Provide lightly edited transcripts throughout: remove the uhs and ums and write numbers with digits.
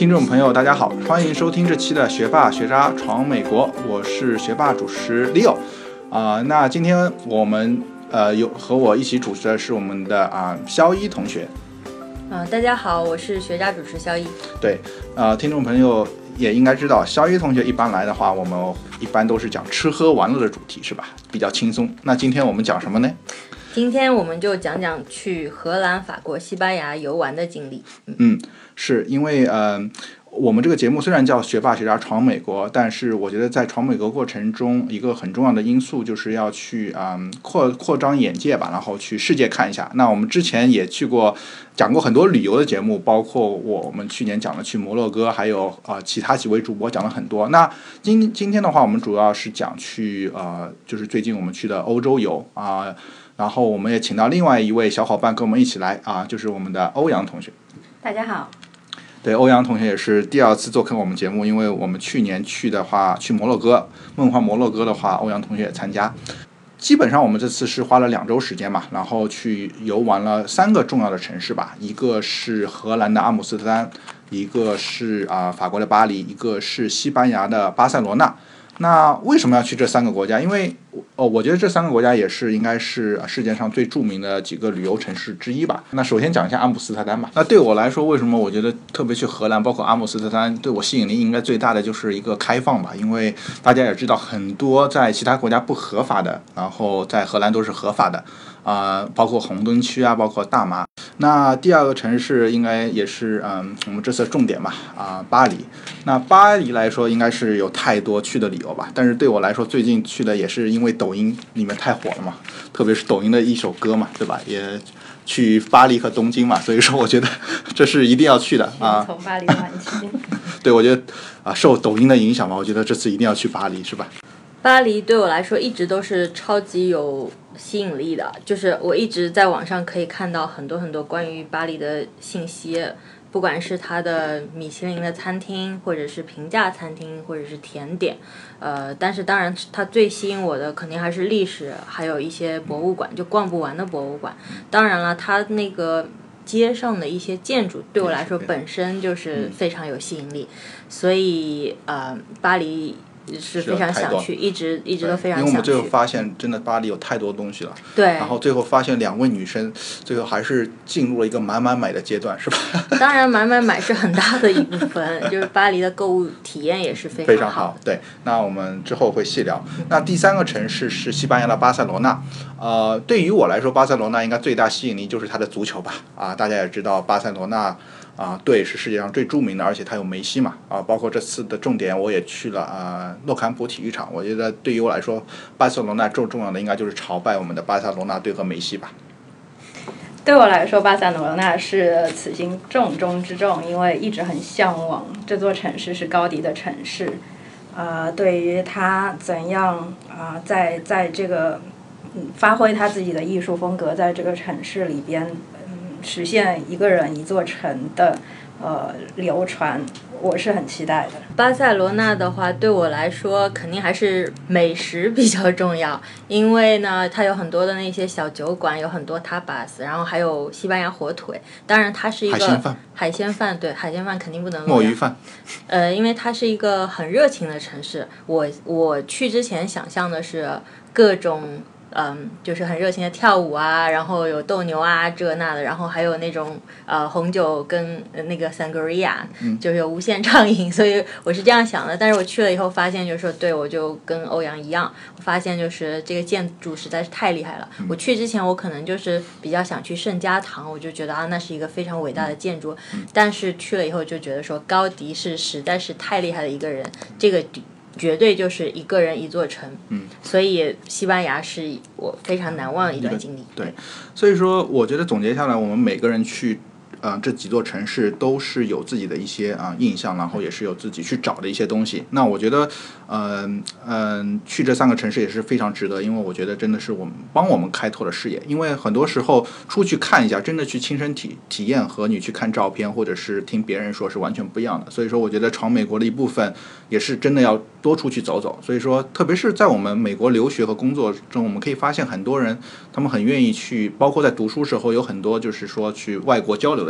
听众朋友大家好，欢迎收听这期的学霸学渣闯美国，我是学霸主持 Leo 那今天我们有和我一起主持的是我们的肖一同学。 大家好，我是学渣主持肖一。 对，听众朋友也应该知道，肖一同学一般来的话，我们一般都是讲吃喝玩乐的主题，是吧？比较轻松。那今天我们讲什么呢？ 今天我们就讲讲去荷兰、法国、西班牙游玩的经历。 是因为我们这个节目虽然叫学霸学渣闯美国，但是我觉得在闯美国过程中，一个很重要的因素就是要去扩张眼界吧，然后去世界看一下。那我们之前也讲过很多旅游的节目，包括我们去年讲了去摩洛哥，还有其他几位主播讲了很多。那今天的话，我们主要是讲去就是最近我们去的欧洲游然后我们也请到另外一位小伙伴跟我们一起来就是我们的欧阳同学。 大家好。 对，欧阳同学也是第二次做客我们节目，因为我们去年去摩洛哥，梦幻摩洛哥的话，欧阳同学也参加。基本上我们这次是花了2周时间嘛，然后去游玩了3个重要的城市吧，一个是荷兰的阿姆斯特丹，一个是法国的巴黎，一个是西班牙的巴塞罗那。那为什么要去这3个国家？因为我觉得这3个国家也是应该是世界上最著名的几个旅游城市之一吧。那首先讲一下阿姆斯特丹吧。那对我来说，为什么我觉得特别去荷兰，包括阿姆斯特丹，对我吸引力应该最大的就是一个开放吧。因为大家也知道，很多在其他国家不合法的，然后在荷兰都是合法的包括红灯区包括大麻。那第二个城市应该也是我们这次的重点吧巴黎。那巴黎来说应该是有太多去的理由吧，但是对我来说最近去的也是因为抖音里面太火了嘛，特别是抖音的一首歌嘛，对吧？也去巴黎和东京嘛，所以说我觉得这是一定要去的从巴黎玩起。 对，我觉得受抖音的影响嘛，我觉得这次一定要去巴黎，是吧？ 巴黎对我来说一直都是超级有吸引力的，就是我一直在网上可以看到很多很多关于巴黎的信息，不管是它的米其林的餐厅，或者是平价餐厅，或者是甜点，但是当然它最吸引我的肯定还是历史，还有一些博物馆，就逛不完的博物馆。当然了，它那个街上的一些建筑对我来说本身就是非常有吸引力，所以巴黎是非常想去，一直都非常想去。 因为我们最后发现，真的巴黎有太多东西了。 对。 然后最后发现2位女生，最后还是进入了一个买的阶段，是吧？ 当然，买是很大的一部分，就是巴黎的购物体验也是非常好。 对，那我们之后会细聊。那第3个城市是西班牙的巴塞罗那。对于我来说，巴塞罗那应该最大吸引力就是它的足球吧。大家也知道，巴塞罗那。对，是世界上最著名的，而且它有梅西嘛包括这次的重点我也去了诺坎普体育场。我觉得对于我来说，巴塞罗那最重要的应该就是朝拜我们的巴塞罗那队和梅西吧。 对我来说，巴塞罗那是此行重中之重，因为一直很向往这座城市是高迪的城市。对于他怎样在这个发挥他自己的艺术风格，在这个城市里边实现一个人一座城的流传，我是很期待的。 巴塞罗那的话，对我来说肯定还是美食比较重要，因为呢，它有很多的那些小酒馆，有很多 tapas， 然后还有西班牙火腿。当然，它是一个海鲜饭，对，海鲜饭肯定不能漏。 墨鱼饭。 因为它是一个很热情的城市。我去之前想象的是各种。就是很热情的跳舞然后有斗牛这那的，然后还有那种红酒跟那个 sangria，就是有无限畅饮，所以我是这样想的。但是我去了以后发现，就是说，对，我就跟欧阳一样，我发现就是这个建筑实在是太厉害了。我去之前我可能就是比较想去圣家堂，我就觉得那是一个非常伟大的建筑，但是去了以后就觉得说高迪是实在是太厉害的一个人，这个绝对就是一个人一座城。所以西班牙是我非常难忘的一段经历。 对，所以说我觉得总结下来，我们每个人去这几座城市都是有自己的一些印象，然后也是有自己去找的一些东西。那我觉得去这3个城市也是非常值得，因为我觉得真的是帮我们开拓了视野。因为很多时候出去看一下，真的去亲身体验和你去看照片或者是听别人说是完全不一样的。所以说我觉得闯美国的一部分也是真的要多出去走走。所以说特别是在我们美国留学和工作中，我们可以发现很多人他们很愿意去，包括在读书时候有很多就是说去外国交流的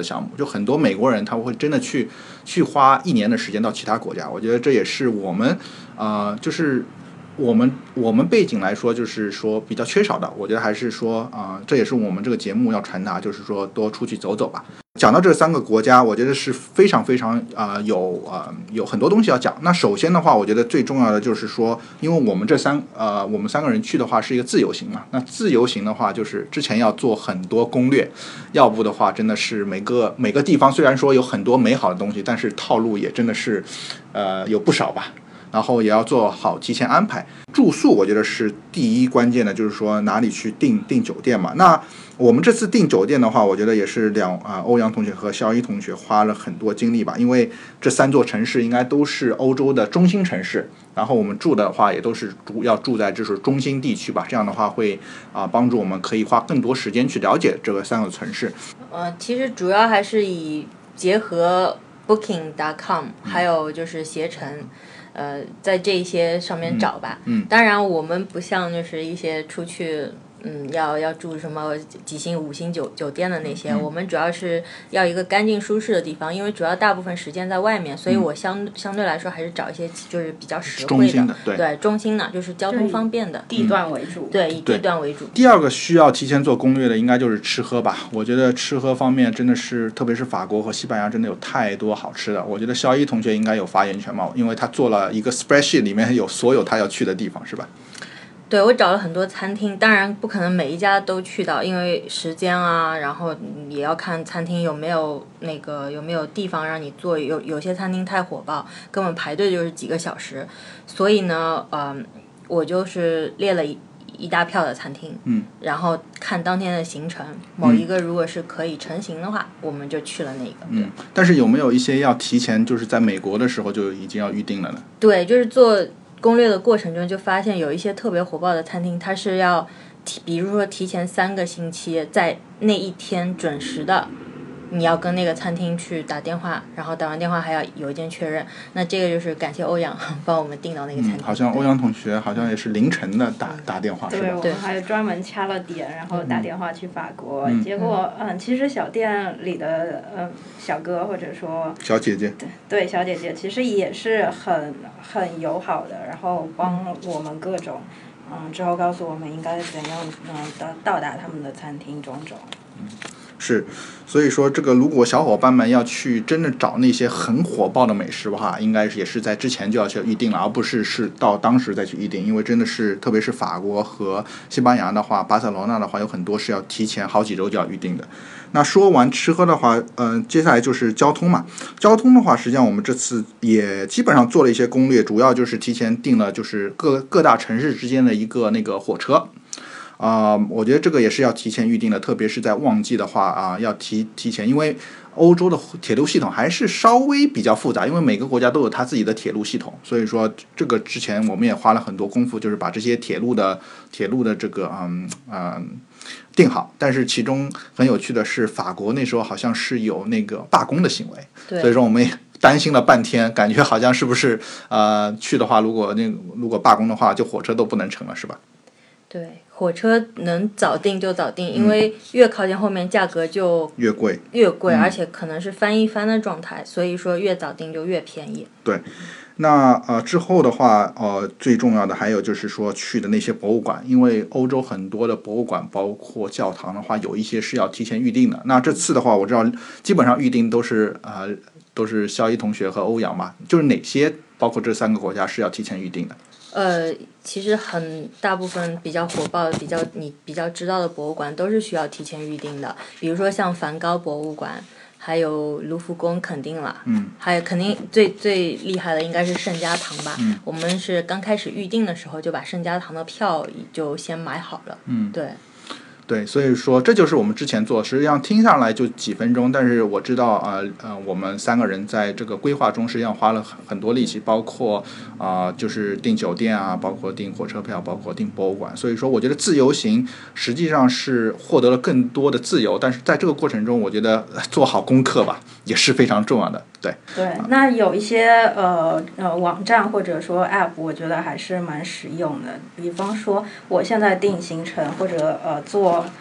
项目，就很多美国人他会真的去花1年的时间到其他国家。我觉得这也是我们就是我们背景来说，就是说比较缺少的。我觉得还是说这也是我们这个节目要传达，就是说多出去走走吧。讲到这3个国家，我觉得是非常非常有很多东西要讲。那首先的话，我觉得最重要的就是说，因为我们我们3个人去的话是一个自由行嘛。那自由行的话，就是之前要做很多攻略，要不的话真的是每个地方虽然说有很多美好的东西，但是套路也真的是有不少吧。然后也要做好提前安排。住宿我觉得是第一关键的，就是说哪里去订酒店嘛。那我们这次订酒店的话，我觉得也是欧阳同学和肖一同学花了很多精力吧，因为这3座城市应该都是欧洲的中心城市，然后我们住的话也都是要住在就是中心地区吧，这样的话会帮助我们可以花更多时间去了解这个3个城市。 其实主要还是以结合 Booking.com 还有就是携程。在这些上面找吧。当然我们不像就是一些出去要住什么几星5星酒店的那些，我们主要是要一个干净舒适的地方，因为主要大部分时间在外面，所以我相对来说还是找一些就是比较实惠的，对中心的，就是交通方便的， 地段为主， 对，以地段为主。 第二个需要提前做攻略的应该就是吃喝吧。我觉得吃喝方面真的是，特别是法国和西班牙真的有太多好吃的。我觉得肖一同学应该有发言权嘛，因为他做了一个 spreadsheet， 里面有所有他要去的地方，是吧？ 对，我找了很多餐厅，当然不可能每一家都去到，因为时间啊，然后也要看餐厅有没有地方让你坐，有些餐厅太火爆，根本排队就是几个小时，所以呢，我就是列了一大票的餐厅，然后看当天的行程，某一个如果是可以成行的话，我们就去了那个。 但是有没有一些要提前，就是在美国的时候就已经要预定了呢？ 对，就是做攻略的过程中就发现有一些特别火爆的餐厅，它是要比如说提前3个星期，在那一天准时的，你要跟那个餐厅去打电话，然后打完电话还要邮件确认。那这个就是感谢欧阳帮我们订到那个餐厅。 好像欧阳同学好像也是凌晨的打电话，是吧？ 对，我们还专门掐了点，然后打电话去法国。结果其实小店里的小哥或者说小姐姐， 对小姐姐其实也是很友好的，然后帮我们各种之后告诉我们应该怎样到达他们的餐厅种种。 是，所以说这个如果小伙伴们要去真的找那些很火爆的美食的话，应该也是在之前就要去预定了，而不是到当时再去预定，因为真的是特别是法国和西班牙的话，巴塞罗那的话有很多是要提前好几周就要预定的。那说完吃喝的话，接下来就是交通嘛。交通的话，实际上我们这次也基本上做了一些攻略，主要就是提前订了就是各大城市之间的一个那个火车。我觉得这个也是要提前预定的，特别是在旺季的话要提前，因为欧洲的铁路系统还是稍微比较复杂，因为每个国家都有它自己的铁路系统，所以说这个之前我们也花了很多功夫，就是把这些铁路的这个定好。但是其中很有趣的是，法国那时候好像是有那个罢工的行为，所以说我们也担心了半天，感觉好像是不是去的话，如果罢工的话，就火车都不能乘了，是吧？ 对，火车能早订就早订，因为越靠近后面价格就越贵， 而且可能是翻一番的状态，所以说越早订就越便宜。 对，那之后的话，最重要的还有就是说去的那些博物馆，因为欧洲很多的博物馆，包括教堂的话，有一些是要提前预定的。那这次的话，我知道基本上预定都是肖一同学和欧阳吧，就是哪些包括这3个国家是要提前预定的？ 其实大部分比较火爆的、你比较知道的博物馆都是需要提前预定的，比如说像梵高博物馆，还有卢浮宫肯定了，还有肯定最厉害的应该是圣家堂吧。我们是刚开始预定的时候就把圣家堂的票就先买好了。 对，所以说这就是我们之前做，实际上听下来就几分钟，但是我知道我们3个人在这个规划中实际上花了很多力气，包括就是订酒店啊，包括订火车票，包括订博物馆。所以说我觉得自由行实际上是获得了更多的自由，但是在这个过程中我觉得做好功课吧也是非常重要的。对， 那有一些网站或者说 App 我觉得还是蛮实用的，比方说我现在定行程或者做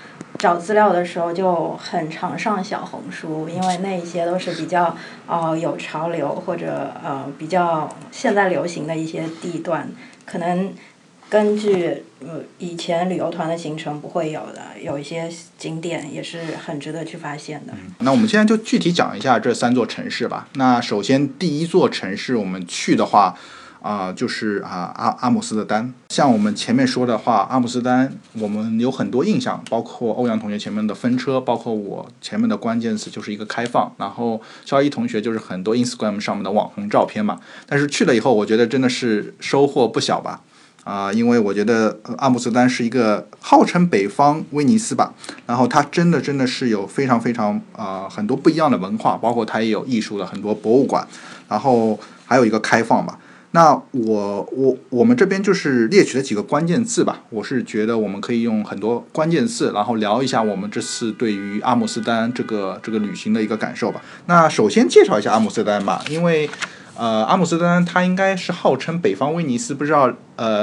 找资料的时候就很常上小红书，因为那一些都是比较有潮流或者比较现在流行的一些地段，可能根据以前旅游团的行程不会有的，有一些景点也是很值得去发现的。 那我们现在就具体讲一下这3座城市吧。那首先第一座城市我们去的话就是阿姆斯特丹。像我们前面说的话，阿姆斯特丹我们有很多印象，包括欧阳同学前面的分车，包括我前面的关键词就是一个开放，然后肖一同学就是很多 Instagram 上面的网红照片嘛。但是去了以后，我觉得真的是收获不小吧。因为我觉得阿姆斯特丹是一个号称北方威尼斯吧，然后它真的是有非常非常很多不一样的文化，包括它也有艺术的很多博物馆，然后还有一个开放吧。那我们这边就是列举了几个关键字吧，我是觉得我们可以用很多关键字，然后聊一下我们这次对于阿姆斯特丹这个旅行的一个感受吧。那首先介绍一下阿姆斯特丹吧，因为阿姆斯特丹它应该是号称北方威尼斯，不知道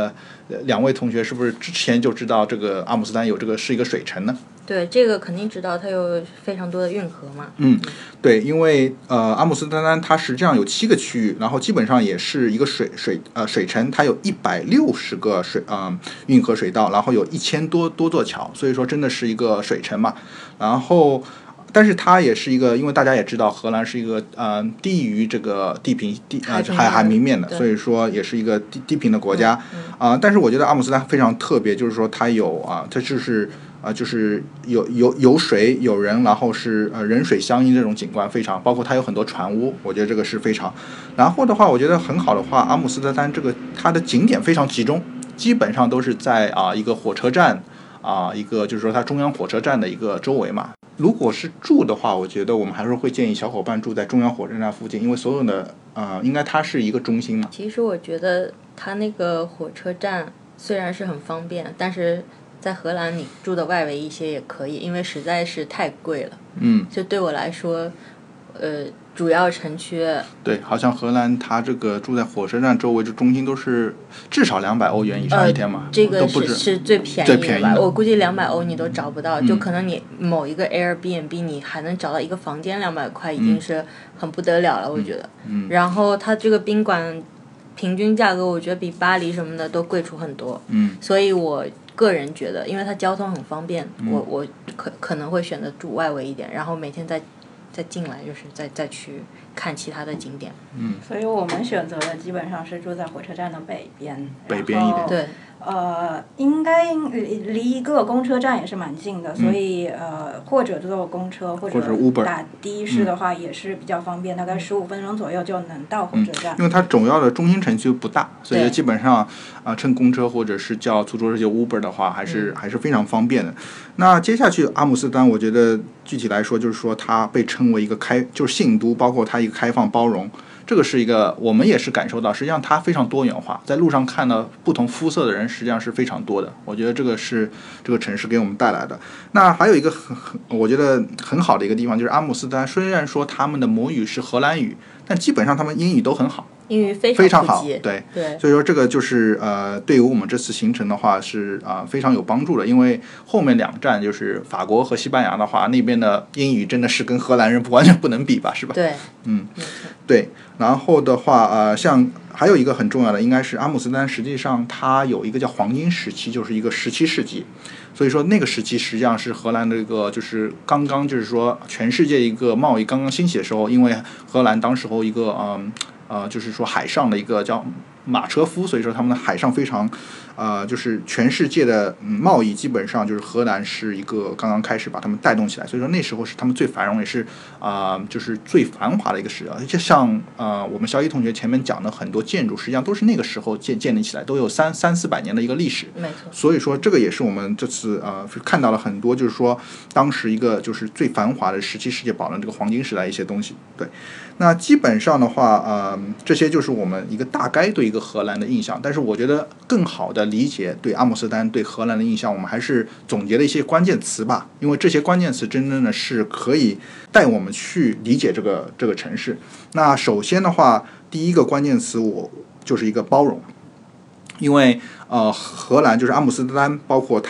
2位同学是不是之前就知道这个阿姆斯特丹有这个是一个水城呢？ 对，这个肯定知道，它有非常多的运河嘛。 对，因为阿姆斯特丹它实际上有7个区域，然后基本上也是一个水城，它有160个运河水道，然后有1000多座桥，所以说真的是一个水城嘛。然后但是它也是一个，因为大家也知道荷兰是一个低于这个海平面的，所以说也是一个低平的国家但是我觉得阿姆斯特丹非常特别，就是说它有它就是有水有人，然后是人水相依这种景观非常，包括它有很多船屋，我觉得这个是非常。然后的话，我觉得很好的话，阿姆斯特丹这个它的景点非常集中，基本上都是在一个火车站一个就是说它中央火车站的一个周围嘛。如果是住的话，我觉得我们还是会建议小伙伴住在中央火车站附近，因为所有的应该它是一个中心嘛。 其实我觉得它那个火车站虽然是很方便，但是在荷兰你住的外围一些也可以，因为实在是太贵了。就对我来说主要城区对，好像荷兰它这个住在火车站周围这中心都是至少200欧元以上一天嘛， 这个都不止是最便宜的吧？我估计200欧你都找不到，就可能你某一个 Airbnb 你还能找到一个房间200块，已经是很不得了了，我觉得。然后它这个宾馆平均价格，我觉得比巴黎什么的都贵出很多。所以我个人觉得，因为它交通很方便，我可能会选择住外围一点，然后每天再进来，就是再去看其他的景点。 所以我们选择的基本上是住在火车站的北边一点。 对。 应该离一个公车站也是蛮近的，所以或者坐公车或者打的士的话也是比较方便，大概15分钟左右就能到火车站。 因为它主要的中心城区不大，所以基本上乘公车或者是叫出租车这些 Uber 的话，还是非常方便的。那接下去阿姆斯特丹，我觉得具体来说就是说它被称为一个就是信都，包括它一个开放包容。这个是一个我们也是感受到，实际上它非常多元化，在路上看到不同肤色的人实际上是非常多的，我觉得这个是这个城市给我们带来的。那还有一个我觉得很好的一个地方，就是阿姆斯特丹虽然说他们的母语是荷兰语，但基本上他们英语都很好， 英语非常好。 对， 所以说这个就是对于我们这次行程的话是非常有帮助的，因为后面2站就是法国和西班牙的话，那边的英语真的是跟荷兰人完全不能比吧，是吧？ 对， 对。然后的话像还有一个很重要的，应该是阿姆斯特丹实际上它有一个叫黄金时期，就是一个17世纪，所以说那个时期实际上是荷兰的一个就是刚刚就是说全世界一个贸易刚刚兴起的时候，因为荷兰当时候一个就是说海上的一个叫马车夫，所以说他们的海上非常就是全世界的贸易基本上就是荷兰是一个刚刚开始把他们带动起来，所以说那时候是他们最繁荣也是就是最繁华的一个时代。而且像我们肖一同学前面讲的很多建筑实际上都是那个时候建立起来，都有300-400年的一个历史。 没错。 所以说这个也是我们这次看到了很多就是说当时一个就是最繁华的17世纪保证这个黄金时代一些东西。对，那基本上的话这些就是我们一个大概对一个荷兰的印象，但是我觉得更好的理解对阿姆斯特丹对荷兰的印象，我们还是总结了一些关键词吧，因为这些关键词真正的是可以带我们去理解这个城市。那首先的话，第一个关键词我就是一个包容，因为荷兰就是阿姆斯特丹，包括它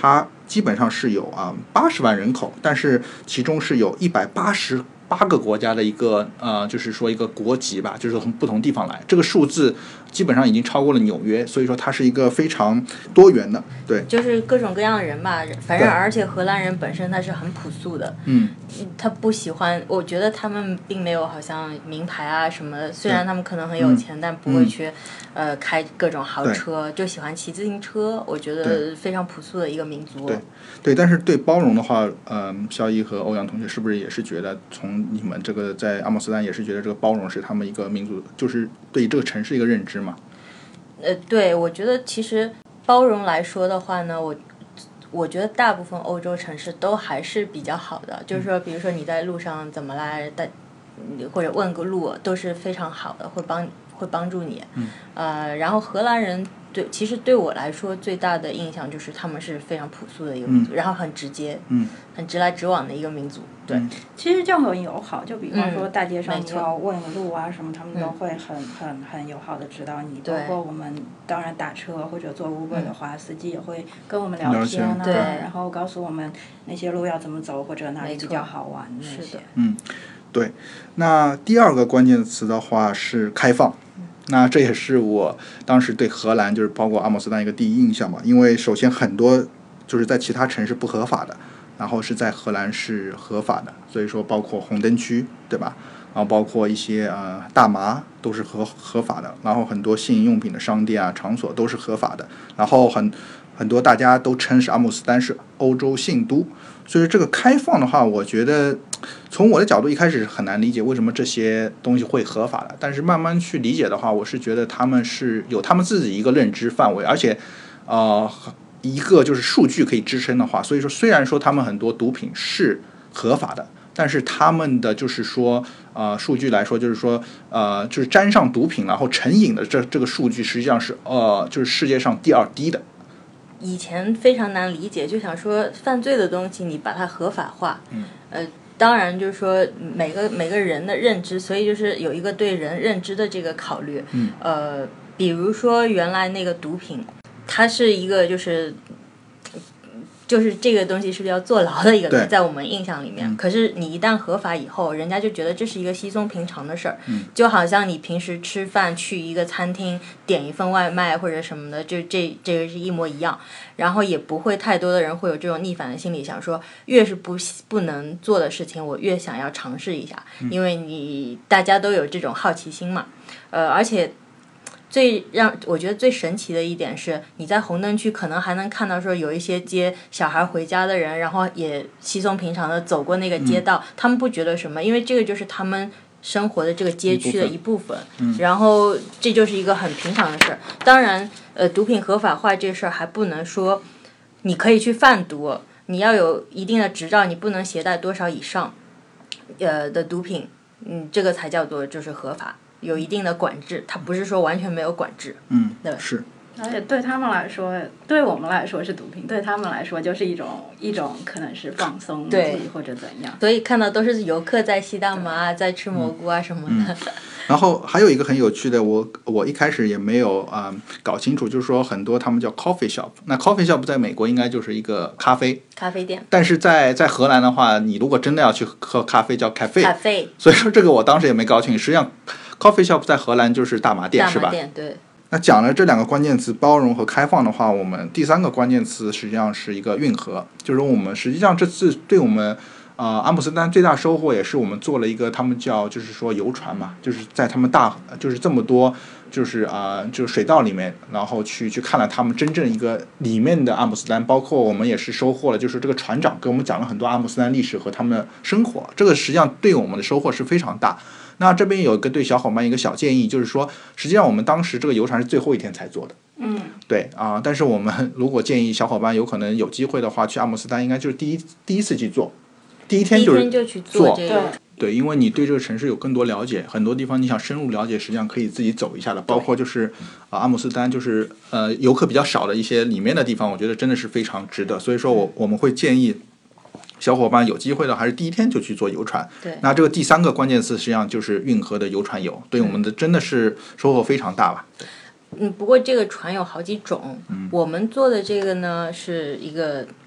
基本上是有80万人口，但是其中是有188个国家的一个就是说一个国籍吧，就是从不同地方来，这个数字基本上已经超过了纽约，所以说它是一个非常多元的，对， 就是各种各样的人吧，反正而且荷兰人本身他是很朴素的，他不喜欢，我觉得他们并没有好像名牌啊什么的，虽然他们可能很有钱，但不会去开各种豪车，就喜欢骑自行车，我觉得非常朴素的一个民族。 对，但是对包容的话，肖一和欧阳同学是不是也是觉得从你们这个在阿姆斯特丹也是觉得这个包容是他们一个民族，就是对这个城市一个认知嘛？ 对，我觉得其实包容来说的话呢，我觉得大部分欧洲城市都还是比较好的，就是说，比如说你在路上怎么来的，或者问个路都是非常好的，会帮助你。然后荷兰人其实对我来说最大的印象就是他们是非常朴素的一个民族，然后很直接，很直来直往的一个民族。对， 其实就很友好，就比方说大街上你要问路啊什么，他们都会很友好的指导你。包括我们当然打车或者坐 Uber 的话，司机也会跟我们聊天啊，然后告诉我们那些路要怎么走，或者哪里比较好玩那些。 对。那第二个关键词的话是开放。那这也是我当时对荷兰就是包括阿姆斯特丹一个第一印象嘛，因为首先很多就是在其他城市不合法的，然后是在荷兰是合法的，所以说包括红灯区，对吧？然后包括一些大麻都是合法的，然后很多性用品的商店啊场所都是合法的，然后很多大家都称是阿姆斯特丹是欧洲性都，所以这个开放的话，我觉得从我的角度一开始很难理解为什么这些东西会合法的，但是慢慢去理解的话，我是觉得他们是有他们自己一个认知范围，而且一个就是数据可以支撑的话，所以说虽然说他们很多毒品是合法的，但是他们的就是说数据来说，就是说就是沾上毒品然后成瘾的这个数据实际上是就是世界上第2低的。 以前非常难理解，就想说犯罪的东西你把它合法化，当然就是说每个人的认知，所以就是有一个对人认知的这个考虑，比如说原来那个毒品，它是一个就是这个东西是不是要坐牢的一个东西，在我们印象里面。可是你一旦合法以后，人家就觉得这是一个稀松平常的事儿，就好像你平时吃饭去一个餐厅点一份外卖或者什么的，就这个是一模一样。然后也不会太多的人会有这种逆反的心理，想说越是不能做的事情，我越想要尝试一下，因为大家都有这种好奇心嘛。而且我觉得最神奇的一点是，你在红灯区可能还能看到说有一些接小孩回家的人，然后也稀松平常的走过那个街道，他们不觉得什么，因为这个就是他们生活的这个街区的一部分，然后这就是一个很平常的事儿。当然毒品合法化这事儿还不能说你可以去贩毒，你要有一定的执照，你不能携带多少以上的毒品，这个才叫做就是合法，有一定的管制，它不是说完全没有管制。对， 是。 而且对他们来说，对我们来说是毒品，对他们来说就是一种可能是放松自己或者怎样。 所以看到都是游客在吸大麻，在吃蘑菇啊什么的。 然后还有一个很有趣的，我一开始也没有搞清楚，就是说很多他们叫 coffee shop， 那 coffee shop 在美国应该就是一个咖啡店， 但是在荷兰的话，你如果真的要去喝咖啡叫 cafe， 所以说这个我当时也没搞清楚，实际上 coffee shop 在荷兰就是大麻店是吧？ 对。 那讲了这2个关键词包容和开放的话，我们第3个关键词实际上是一个运河，就是我们实际上这次对我们阿姆斯特丹最大收获也是我们做了一个他们叫就是说游船嘛，就是在他们就是这么多就是就是水道里面，然后去看了他们真正一个里面的阿姆斯特丹，包括我们也是收获了，就是这个船长给我们讲了很多阿姆斯特丹历史和他们的生活，这个实际上对我们的收获是非常大。那这边有一个对小伙伴一个小建议，就是说实际上我们当时这个游船是最后一天才做的，对但是我们如果建议小伙伴有可能有机会的话去阿姆斯特丹，应该就是第一次去做，第一天就去做这个， 对，因为你对这个城市有更多了解，很多地方你想深入了解，实际上可以自己走一下的，包括就是阿姆斯特丹就是游客比较少的一些里面的地方，我觉得真的是非常值得，所以说我们会建议小伙伴有机会的还是第一天就去做游船。 对， 那这个第3个关键词实际上就是运河的游船游，对我们的真的是收获非常大吧。 不过这个船有好几种，我们做的这个呢是一个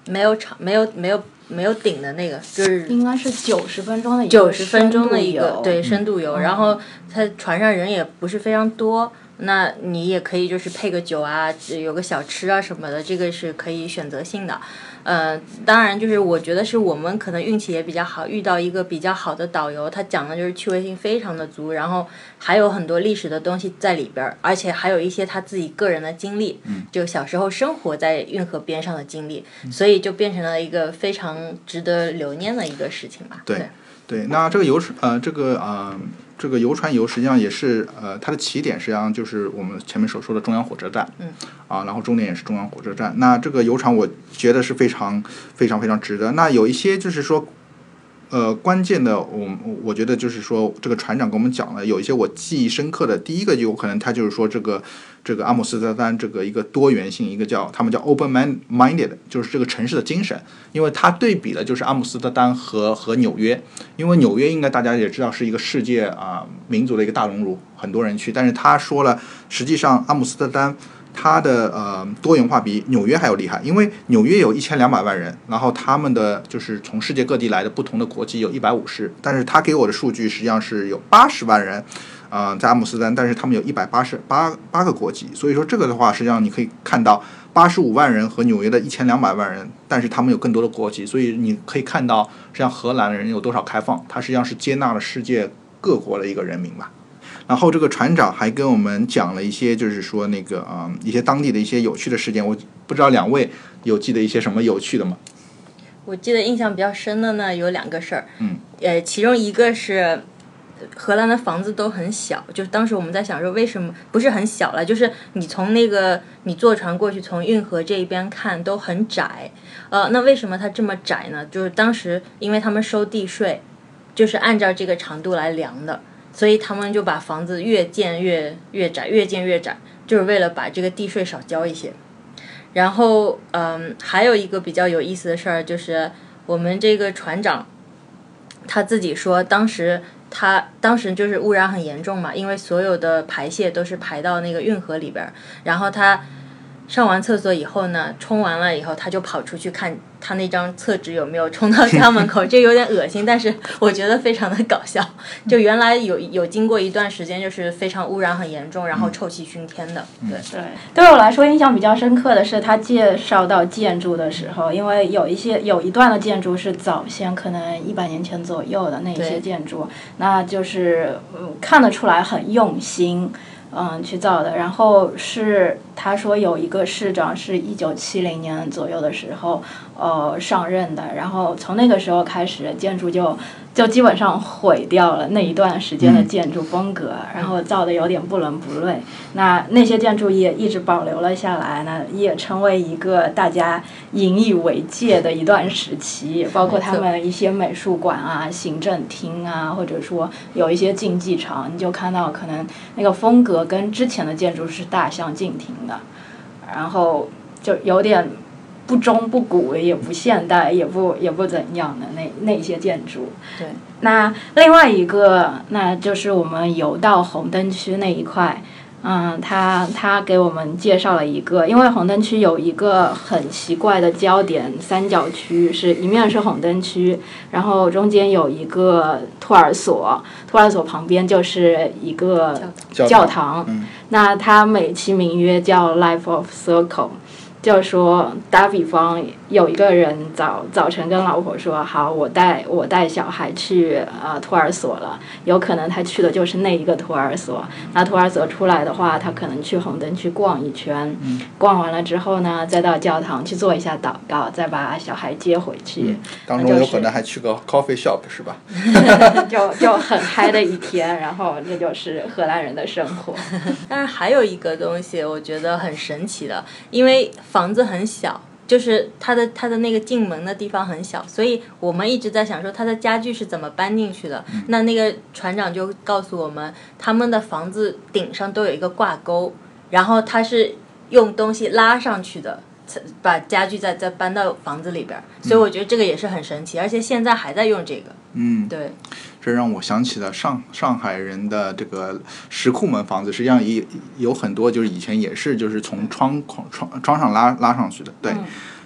没有顶的那个，就是应该是90分钟的 90分钟的一个对深度游， 嗯、 然后它船上人也不是非常多。那你也可以就是配个酒啊，有个小吃啊什么的，这个是可以选择性的。当然就是我觉得是我们可能运气也比较好，遇到一个比较好的导游，他讲的就是趣味性非常的足，然后还有很多历史的东西在里边，而且还有一些他自己个人的经历，就小时候生活在运河边上的经历，所以就变成了一个非常值得留念的一个事情吧。 对，那这个这个游船游实际上也是它的起点实际上就是我们前面所说的中央火车站，然后终点也是中央火车站。那这个游船我觉得是非常非常非常值得。那有一些就是说关键的，我觉得就是说这个船长跟我们讲了有一些我记忆深刻的。第一个有可能他就是说这个阿姆斯特丹这个一个多元性，一个他们叫 open minded， 就是这个城市的精神。因为他对比了就是阿姆斯特丹和纽约，因为纽约应该大家也知道是一个世界民族的一个大熔炉，很多人去，但是他说了实际上阿姆斯特丹它的多元化比纽约还要厉害，因为纽约有1200万人，然后他们的就是从世界各地来的不同的国籍有150，但是他给我的数据实际上是有80万人，在阿姆斯特丹，但是他们有188个国籍，所以说这个的话，实际上你可以看到85万人和纽约的1200万人，但是他们有更多的国籍，所以你可以看到实际上荷兰人有多少开放，他实际上是接纳了世界各国的一个人民吧。然后这个船长还跟我们讲了一些，就是说那个一些当地的一些有趣的事件。我不知道两位有记得一些什么有趣的吗？ 我记得印象比较深的呢有2个事儿，其中一个是荷兰的房子都很小，就是当时我们在想说为什么不是很小了，就是你从你坐船过去从运河这一边看都很窄，那为什么它这么窄呢？就是当时因为他们收地税，就是按照这个长度来量的。所以他们就把房子越建越窄，越建越窄，就是为了把这个地税少交一些。然后，还有一个比较有意思的事儿，就是我们这个船长他自己说，当时就是污染很严重嘛，因为所有的排泄都是排到那个运河里边，然后他上完厕所以后呢，冲完了以后，他就跑出去看他那张厕纸有没有冲到家门口，这有点恶心，但是我觉得非常的搞笑。就原来有经过一段时间，就是非常污染很严重，然后臭气熏天的。 对我来说印象比较深刻的是他介绍到建筑的时候，因为有一段的建筑是早先可能100年前左右的那一些建筑，那就是看得出来很用心。去造的。然后是他说有一个市长是1970年左右的时候上任的，然后从那个时候开始建筑就基本上毁掉了那一段时间的建筑风格，然后造的有点不伦不类。那些建筑也一直保留了下来呢，也成为一个大家引以为戒的一段时期，包括他们一些美术馆啊、行政厅啊，或者说有一些竞技场，你就看到可能那个风格跟之前的建筑是大相径庭的，然后就有点不中不古，也不现代，也不怎样的那些建筑。 对。 那另外一个，那就是我们游到红灯区那一块，他给我们介绍了一个，因为红灯区有一个很奇怪的焦点三角区，是一面是红灯区，然后中间有一个托儿所，托儿所旁边就是一个教堂。那它美其名曰叫 Life of Circle。就是说打比方，有一个人早晨跟老婆说好，我带小孩去托儿所了，有可能他去的就是那一个托儿所。那托儿所出来的话，他可能去红灯区逛一圈，逛完了之后呢，再到教堂去做一下祷告，再把小孩接回去。 当中有可能还去个 coffee shop 是吧？ 就很嗨的一天，然后这就是荷兰人的生活。 但是还有一个东西我觉得很神奇的，因为房子很小，就是它的那个进门的地方很小，所以我们一直在想说它的家具是怎么搬进去的。那个船长就告诉我们，他们的房子顶上都有一个挂钩，然后他是用东西拉上去的，把家具再搬到房子里边。所以我觉得这个也是很神奇，而且现在还在用这个。对。 这让我想起了上海人的这个石库门房子，实际上也有很多就是以前也是就是从窗上拉上去的。对。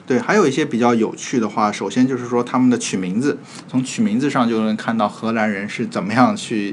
对，还有一些比较有趣的话，首先就是说他们的取名字，从取名字上就能看到荷兰人是怎么样去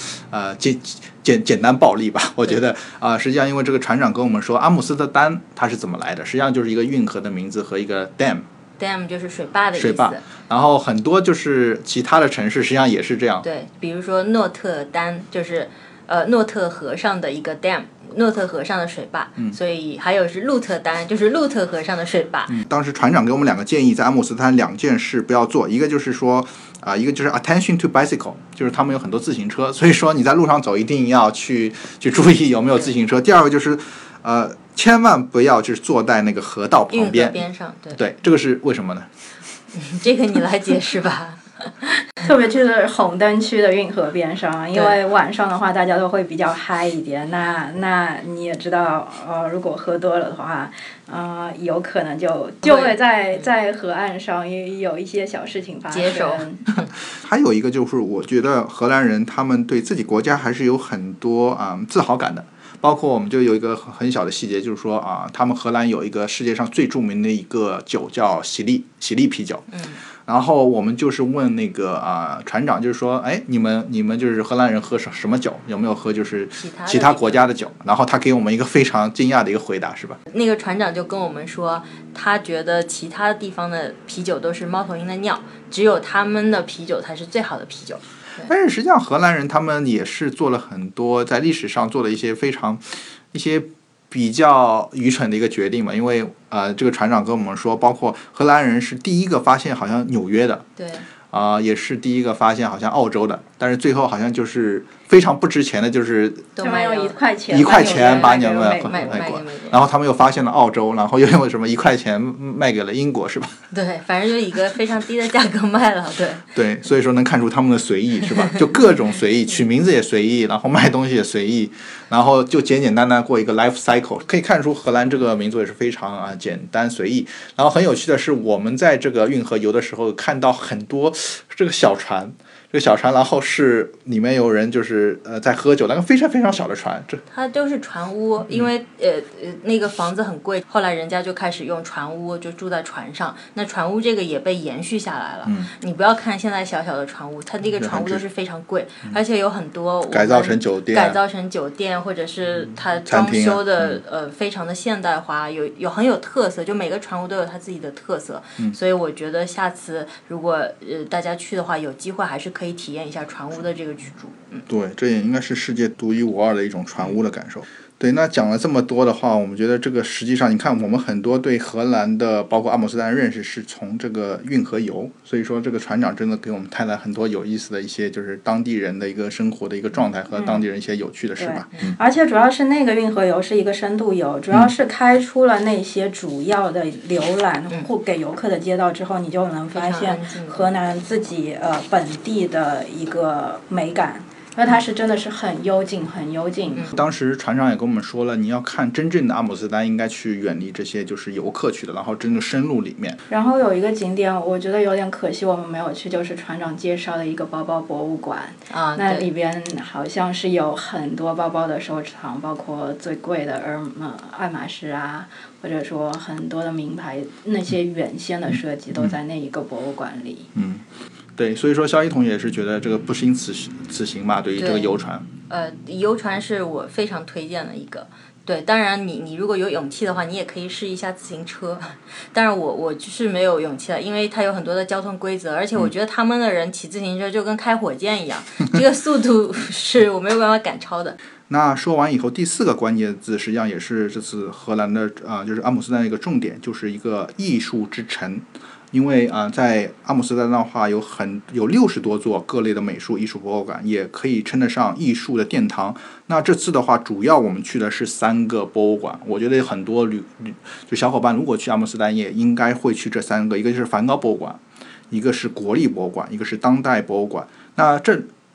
简单暴力吧。我觉得实际上因为这个船长跟我们说阿姆斯特丹它是怎么来的，实际上就是一个运河的名字和一个 dam 就是水坝的意思。 水坝，然后很多就是其他的城市实际上也是这样。 对，比如说诺特丹就是诺特河上的一个 dam， 诺特河上的水坝，所以还有是鹿特丹，就是鹿特河上的水坝。 当时船长给我们2个建议，在阿姆斯特丹2件事不要做，一个就是说一个就是 attention to bicycle， 就是他们有很多自行车，所以说你在路上走一定要去注意有没有自行车。第二个就是千万不要就是坐在那个河道旁边， 运河边上， 对，这个是为什么呢？ 这个你来解释吧。 特别是红灯区的运河边上，因为晚上的话大家都会比较嗨一点。那你也知道，如果喝多了的话，有可能就会在河岸上有一些小事情发生。 还有一个就是，我觉得荷兰人他们对自己国家还是有很多自豪感的。包括我们就有一个很小的细节，就是说他们荷兰有一个世界上最著名的一个酒叫喜力啤酒。然后我们就是问那个船长，就是说，哎，你们就是荷兰人喝什么酒？有没有喝就是其他国家的酒？然后他给我们一个非常惊讶的一个回答，是吧？ 那个船长就跟我们说，他觉得其他地方的啤酒都是猫头鹰的尿，只有他们的啤酒才是最好的啤酒。 但是实际上荷兰人他们也是做了很多在历史上做了一些比较愚蠢的一个决定嘛，因为这个船长跟我们说，包括荷兰人是第一个发现好像纽约的， 对， 也是第一个发现好像澳洲的，但是最后好像就是非常不值钱的，就是他们用1 块钱把纽约卖过，然后他们又发现了澳洲，然后又用什么1块钱卖给了英国，是吧？ 对，反正就以一个非常低的价格卖了， 对，所以说能看出他们的随意，是吧？就各种随意，取名字也随意，然后卖东西也随意，然后就简简单单过一个 life cycle， 可以看出荷兰这个民族也是非常简单随意。然后很有趣的是，我们在这个运河游的时候看到很多这个小船，然后是里面有人就是在喝酒，那个非常非常小的船， 它都是船屋，因为那个房子很贵，后来人家就开始用船屋，就住在船上。那船屋这个也被延续下来了。你不要看现在小小的船屋，它那个船屋都是非常贵，而且有很多改造成酒店，或者是它装修的非常的现代化，有很有特色，就每个船屋都有它自己的特色。所以我觉得下次如果大家去的话，有机会还是可以体验一下船屋的这个居住。 对，这也应该是世界独一无二的一种船屋的感受。对，那讲了这么多的话，我们觉得这个实际上，你看我们很多对荷兰的，包括阿姆斯特丹认识是从这个运河游，所以说这个船长真的给我们带来很多有意思的一些，就是当地人的一个生活的一个状态和当地人一些有趣的事吧。 而且主要是那个运河游是一个深度游，主要是开出了那些主要的浏览或给游客的街道之后，你就能发现荷兰自己本地的一个美感。因为它是真的是很幽静。 当时船长也跟我们说了，你要看真正的阿姆斯特丹，应该去远离这些就是游客去的，然后真正深入里面。 然后有一个景点，我觉得有点可惜我们没有去，就是船长介绍的一个包包博物馆。那里边好像是有很多包包的收藏，包括最贵的爱马仕啊，或者说很多的名牌，那些原先的设计都在那一个博物馆里。 对，所以说肖一彤也是觉得这个不行此行吧，对于这个游船。 游船是我非常推荐的一个。对，当然你如果有勇气的话，你也可以试一下自行车。当然我就是没有勇气了，因为它有很多的交通规则，而且我觉得他们的人骑自行车就跟开火箭一样，这个速度是我没有办法赶超的。 那说完以后，第4个关键字实际上也是这次荷兰的就是阿姆斯特丹的一个重点，就是一个艺术之城。因为在阿姆斯特丹的话有60多座各类的美术艺术博物馆，也可以称得上艺术的殿堂。那这次的话，主要我们去的是3个博物馆。我觉得很多就小伙伴如果去阿姆斯特丹，也应该会去这3个，一个就是梵高博物馆，一个是国立博物馆，一个是当代博物馆。那这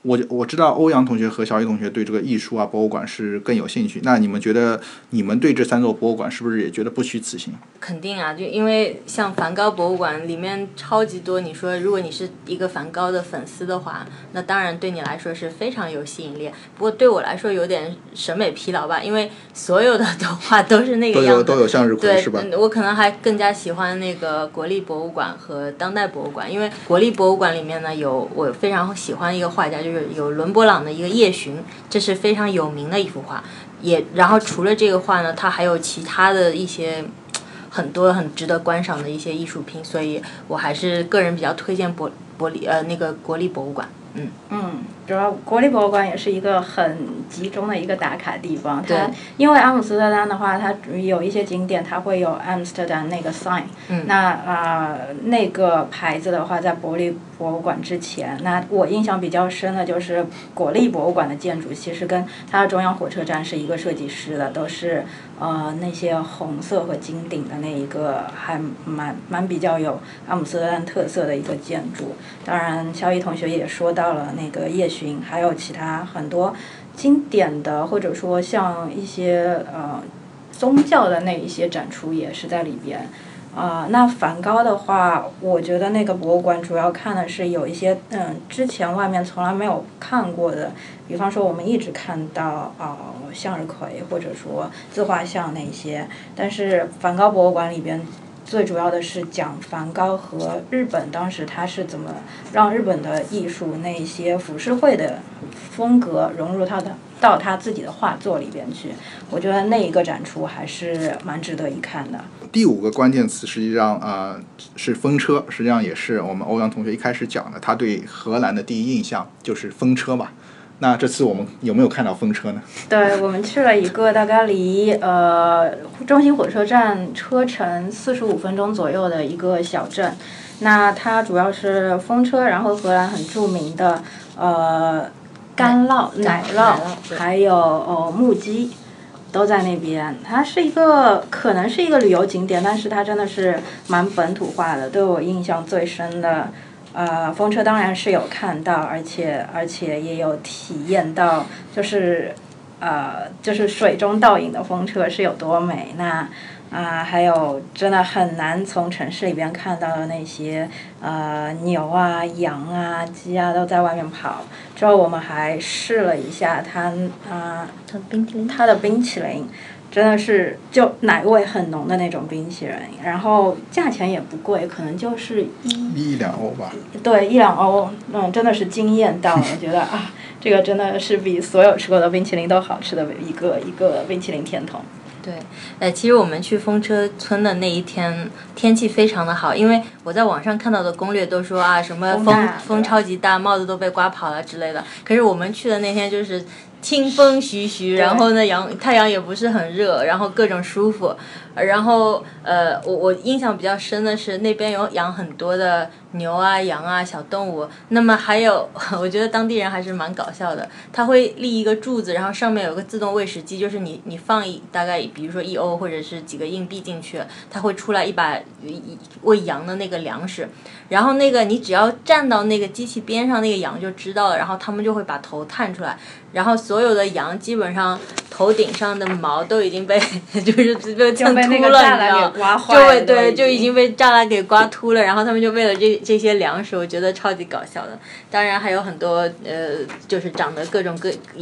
我知道欧阳同学和小雨同学对这个艺术啊博物馆是更有兴趣，那你们觉得你们对这3座博物馆是不是也觉得不虚此行？ 肯定啊，就因为像梵高博物馆里面超级多，你说如果你是一个梵高的粉丝的话，那当然对你来说是非常有吸引力。不过对我来说有点审美疲劳吧，因为所有的画都是那个样子， 都有向日葵是吧？ 我可能还更加喜欢那个国立博物馆和当代博物馆，因为国立博物馆里面呢有我非常喜欢一个画家，就是有伦勃朗的一个夜巡，这是非常有名的一幅画。然后除了这个画呢，它还有其他的一些很多很值得观赏的一些艺术品，所以我还是个人比较推荐那个国立博物馆。 主要国立博物馆也是一个很集中的一个打卡地方。它因为阿姆斯特丹的话，它有一些景点它会有阿姆斯特丹那个 sign，那个牌子的话在国立博物馆之前。那我印象比较深的就是国立博物馆的建筑其实跟它的中央火车站是一个设计师的，都是那些红色和金顶的那一个还蛮比较有阿姆斯特丹特色的一个建筑。当然肖一同学也说到了那个夜巡，还有其他很多经典的或者说像一些宗教的那一些展出也是在里边。那梵高的话，我觉得那个博物馆主要看的是有一些之前外面从来没有看过的，比方说我们一直看到向日葵或者说自画像那些，但是梵高博物馆里边最主要的是讲梵高和日本当时他是怎么让日本的艺术那些浮世绘的风格融入到他自己的画作里边去。我觉得那一个展出还是蛮值得一看的。 第5个关键词实际上是风车，实际上也是我们欧阳同学一开始讲的，他对荷兰的第一印象就是风车嘛。那这次我们有没有看到风车呢？ 对，我们去了一个大概离中心火车站车程45分钟左右的一个小镇。那它主要是风车，然后荷兰很著名的干酪、奶酪，还有木屐都在那边。它是可能是一个旅游景点，但是它真的是蛮本土化的。对我印象最深的风车当然是有看到，而且也有体验到，就是水中倒影的风车是有多美。那还有真的很难从城市里边看到的那些牛啊、羊啊、鸡啊都在外面跑。之后我们还试了一下它的冰淇淋。真的是就奶味很浓的那种冰淇淋，然后价钱也不贵，可能就是 1-2欧吧。 对，1-2欧，真的是惊艳到了。我觉得这个真的是比所有吃过的冰淇淋都好吃的一个冰淇淋甜筒。 对，其实我们去风车村的那一天天气非常的好，因为我在网上看到的攻略都说什么风超级大，帽子都被刮跑了之类的。可是我们去的那天就是清风徐徐，然后呢太阳也不是很热，然后各种舒服。然后我印象比较深的是那边有养很多的牛啊、羊啊、小动物。那么还有我觉得当地人还是蛮搞笑的，他会立一个柱子，然后上面有个自动喂食机，就是你放大概比如说1欧或者是几个硬币进去，它会出来一把喂羊的那个粮食。然后那个你只要站到那个机器边上，那个羊就知道了，然后他们就会把头探出来，然后所有的羊基本上头顶上的毛都已经被就是被蹭秃了，你知道，就已经被栅栏给刮秃了。然后他们就为了这些粮食，我觉得超级搞笑的。当然还有很多就是长得各种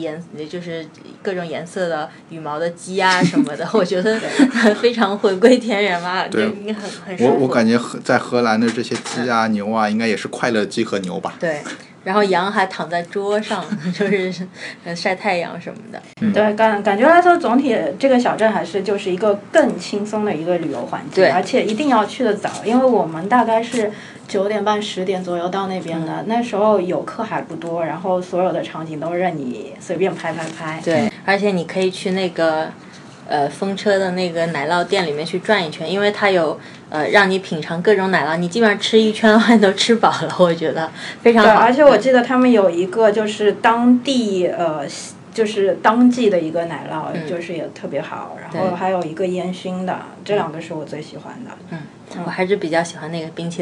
颜色的羽毛的鸡啊什么的，我觉得非常回归田园嘛，就很舒服。 我感觉在荷兰的这些鸡啊、牛啊，应该也是快乐鸡和牛吧。 对。然后羊还躺在桌上，就是晒太阳什么的。 对，感觉来说，总体这个小镇还是就是一个更轻松的一个旅游环境。 对， 而且一定要去得早，因为我们大概是9点半、10点左右到那边的。那时候游客还不多，然后所有的场景都任你随便拍。 对，而且你可以去那个风车的那个奶酪店里面去转一圈，因为它有让你品尝各种奶酪，你基本上吃一圈的话都吃饱了，我觉得非常好。 对，而且我记得他们有一个就是当地就是当季的一个奶酪，就是也特别好，然后还有一个烟熏的，这2个是我最喜欢的。 我还是比较喜欢那个冰淇淋。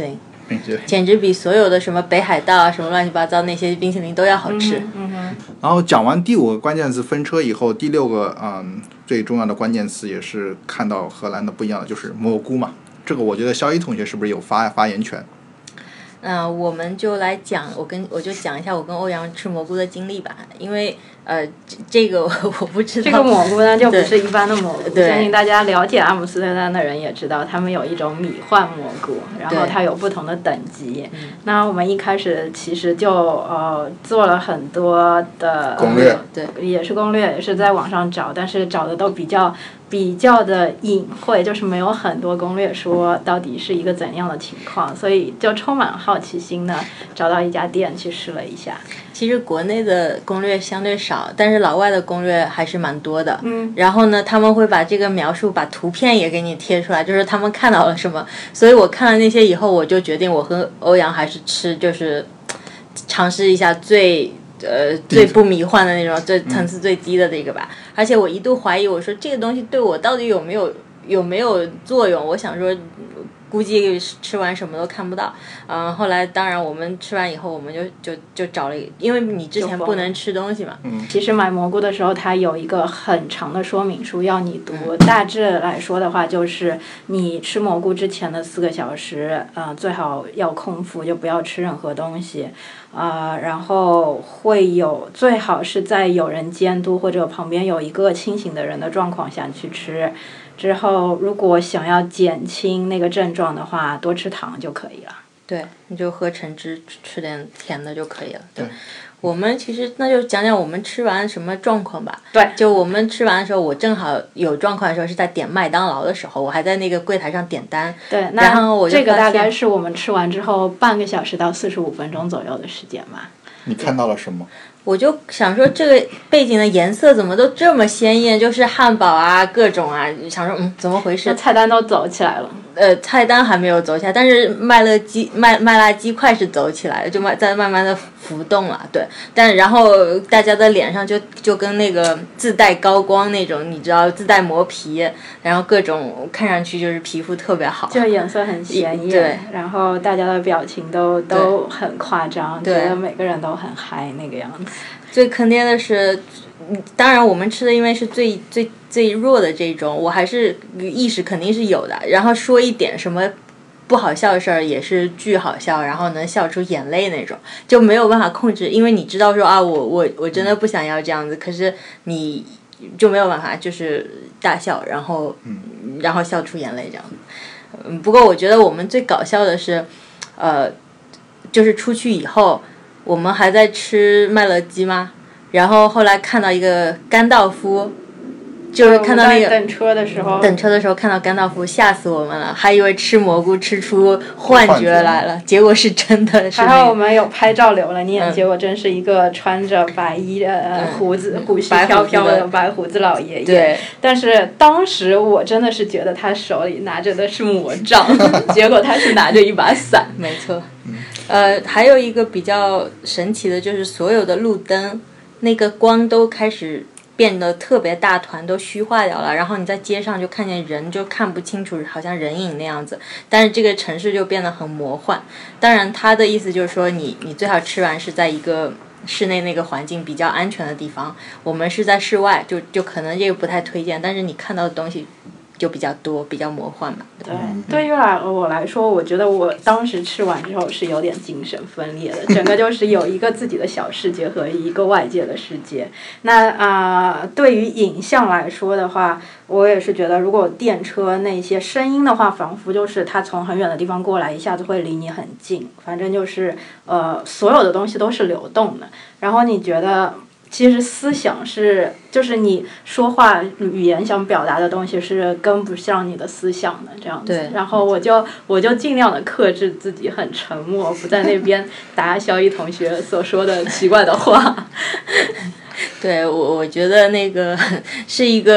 简直比所有的什么北海道啊什么乱七八糟那些冰淇淋都要好吃。 然后讲完第5个关键词分车以后，第6个最重要的关键词也是看到荷兰的不一样的，就是蘑菇嘛。这个我觉得肖一同学是不是有发言权？ 我们就来讲，我就讲一下我跟欧阳吃蘑菇的经历吧，因为这个我不知道。 这个蘑菇呢，就不是一般的蘑菇。 对， 相信大家了解阿姆斯特丹的人也知道，他们有一种米幻蘑菇，然后它有不同的等级。那我们一开始其实就做了很多的攻略， 对， 也是攻略，也是在网上找，但是找的都比较的隐晦，就是没有很多攻略说到底是一个怎样的情况，所以就充满好奇心的找到一家店去试了一下。 其实国内的攻略相对少，但是老外的攻略还是蛮多的。然后呢，他们会把这个描述，把图片也给你贴出来，就是他们看到了什么。所以我看了那些以后，我就决定我和欧阳还是吃，就是尝试一下最不迷幻的那种，最层次最低的那个吧。而且我一度怀疑，我说这个东西对我到底有没有作用？我想说，估计吃完什么都看不到。后来当然我们吃完以后，我们就找了，因为你之前不能吃东西嘛。 其实买蘑菇的时候，它有一个很长的说明书要你读。大致来说的话，就是你吃蘑菇之前的4个小时，最好要空腹，就不要吃任何东西。然后最好是在有人监督或者旁边有一个清醒的人的状况下去吃。之后如果想要减轻那个症状的话，多吃糖就可以了。 对，你就喝橙汁，吃点甜的就可以了。对，我们其实那就讲讲我们吃完什么状况吧。 对， 就我们吃完的时候，我正好有状况的时候是在点麦当劳的时候，我还在那个柜台上点单。 对， 然后我就这个大概是我们吃完之后半个小时到45分钟左右的时间吧。 你看到了什么？ 我就想说，这个背景的颜色怎么都这么鲜艳，就是汉堡啊，各种啊，想说怎么回事？ 菜单都走起来了。 菜单还没有走起来，但是麦辣鸡块是走起来了，就在慢慢的浮动了。对，然后大家的脸上就跟那个自带高光那种，你知道自带磨皮，然后各种看上去就是皮肤特别好， 就颜色很鲜艳。 对， 然后大家的表情都很夸张，觉得每个人都很嗨那个样子。 最坑爹的是，当然我们吃的因为是最弱的这种，我还是意识肯定是有的。然后说一点什么不好笑的事儿也是巨好笑，然后能笑出眼泪那种，就没有办法控制，因为你知道说我真的不想要这样子，可是你就没有办法就是大笑，然后笑出眼泪这样子。不过我觉得我们最搞笑的是，就是出去以后。我们还在吃麦乐鸡吗？然后后来看到一个甘道夫，就是看到那个等车的时候看到甘道夫，吓死我们了，还以为吃蘑菇吃出幻觉来了，结果是真的。 还好我们有拍照留了念，结果真是一个穿着白衣胡须飘飘的白胡子老爷爷。 对， 但是当时我真的是觉得他手里拿着的是魔杖，结果他是拿着一把伞。 没错。还有一个比较神奇的就是所有的路灯那个光都开始变得特别大团，都虚化掉了，然后你在街上就看见人就看不清楚，好像人影那样子，但是这个城市就变得很魔幻。当然他的意思就是说你最好吃完是在一个室内那个环境比较安全的地方，我们是在室外，就可能这个不太推荐，但是你看到的东西就比较多，比较魔幻吧。 对，对于我来说，我觉得我当时吃完之后是有点精神分裂的，整个就是有一个自己的小世界和一个外界的世界。那对于影像来说的话，我也是觉得，如果电车那些声音的话，仿佛就是它从很远的地方过来，一下子会离你很近。反正就是所有的东西都是流动的，然后你觉得。其实思想就是你说话语言想表达的东西是跟不上你的思想的这样子。 对。 然后我就尽量的克制自己，很沉默，不在那边答肖一同学所说的奇怪的话。 对，我觉得那个是一个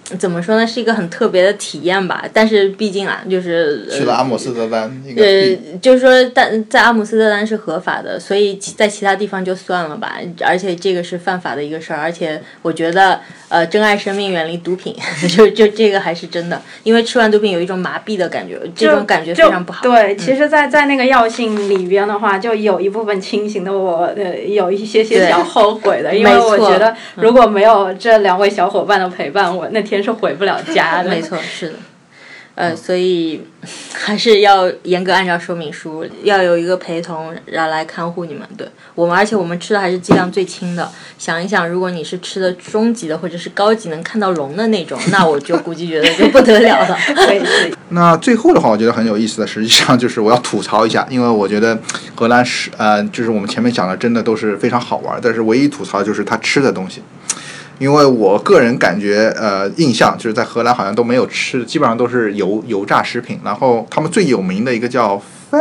怎么说呢，是一个很特别的体验吧。但是毕竟啊，就是去了阿姆斯特丹， 就是说，在阿姆斯特丹是合法的，所以在其他地方就算了吧。而且这个是犯法的一个事儿，而且我觉得，珍爱生命，远离毒品，就这个还是真的。因为吃完毒品有一种麻痹的感觉，这种感觉非常不好。 对，其实在那个药性里边的话，就有一部分清醒的我，有一些小后悔的，因为我觉得如果没有这2位小伙伴的陪伴，我那天是回不了家的。 没错，是的。所以还是要严格按照说明书，要有一个陪同来看护你们。对我们，而且我们吃的还是剂量最轻的。想一想，如果你是吃的中级的或者是高级能看到龙的那种，那我就估计觉得就不得了了。 那最后的话，我觉得很有意思的，实际上就是我要吐槽一下，因为我觉得荷兰是就是我们前面讲的真的都是非常好玩，但是唯一吐槽就是他吃的东西。因为我个人感觉，印象就是在荷兰好像都没有吃，基本上都是油炸食品。然后他们最有名的一个叫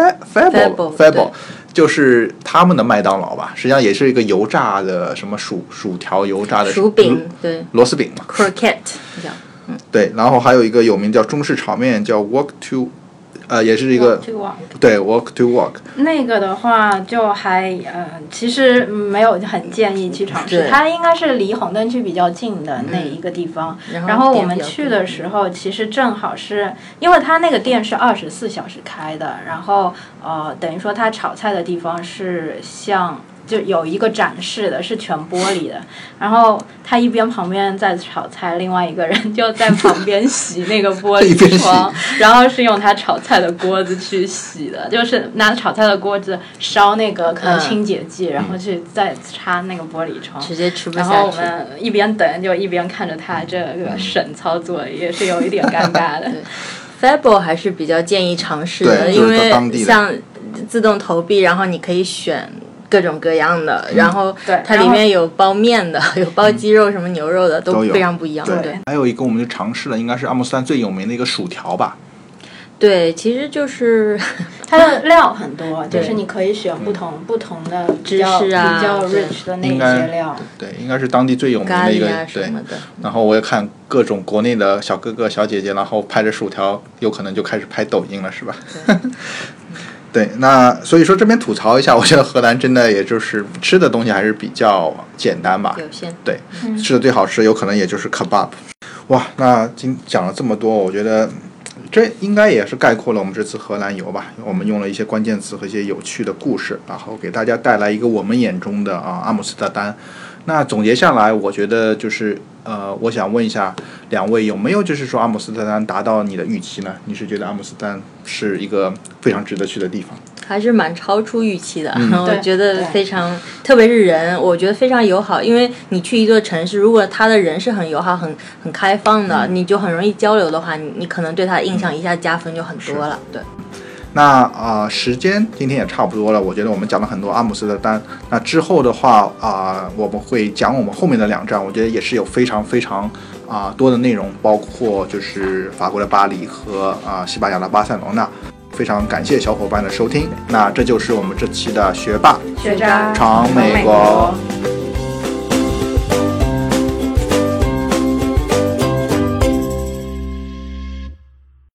Fable， 就是他们的麦当劳吧，实际上也是一个油炸的什么薯条、油炸的薯饼，对， 螺丝饼嘛 ，croquette 叫， 对。然后还有一个有名叫中式炒面，叫 Walk to。也是一个 对 walk to walk 那个的话就还其实没有很建议去尝试，它应该是离红灯区比较近的那一个地方。然后我们去的时候，其实正好是因为它那个店是24小时开的，然后等于说它炒菜的地方是像。就有一个展示的是全玻璃的，然后他一边旁边在炒菜，另外一个人就在旁边洗那个玻璃窗，然后是用他炒菜的锅子去洗的，就是拿炒菜的锅子烧那个可能清洁剂，然后去再擦那个玻璃窗， 直接吃不下去。 然后我们一边等就一边看着他这个神操作，也是有一点尴尬的。 Fable 还是比较建议尝试的，因为像自动投币，然后你可以选各种各样的，然后它里面有包面的，有包鸡肉什么牛肉的，都非常不一样。对， 还有一个我们就尝试了，应该是阿姆斯特丹最有名的一个薯条吧。 对，其实就是它的料很多，就是你可以选不同的芝士啊， 比较 rich 的那些料。 对，应该是当地最有名的一个。对，然后我也看各种国内的小哥哥小姐姐，然后拍着薯条，有可能就开始拍抖音了，是吧？对，那所以说这边吐槽一下，我觉得荷兰真的也就是吃的东西还是比较简单吧， 有限。 对，吃的最好吃有可能也就是 kebab。哇，那讲了这么多，我觉得这应该也是概括了我们这次荷兰游吧。我们用了一些关键词和一些有趣的故事，然后给大家带来一个我们眼中的阿姆斯特丹。那总结下来，我觉得就是我想问一下两位，有没有就是说阿姆斯特丹达到你的预期呢？你是觉得阿姆斯特丹是一个非常值得去的地方？ 还是蛮超出预期的，我觉得非常，特别是人，我觉得非常友好。因为你去一座城市，如果他的人是很友好、很开放的，你就很容易交流的话，你可能对他的印象一下加分就很多了。对。 那时间今天也差不多了，我觉得我们讲了很多阿姆斯特丹。那之后的话我们会讲我们后面的2站，我觉得也是有非常非常多的内容，包括就是法国的巴黎和西班牙的巴塞罗那。非常感谢小伙伴的收听，那这就是我们这期的学霸学渣闯美国。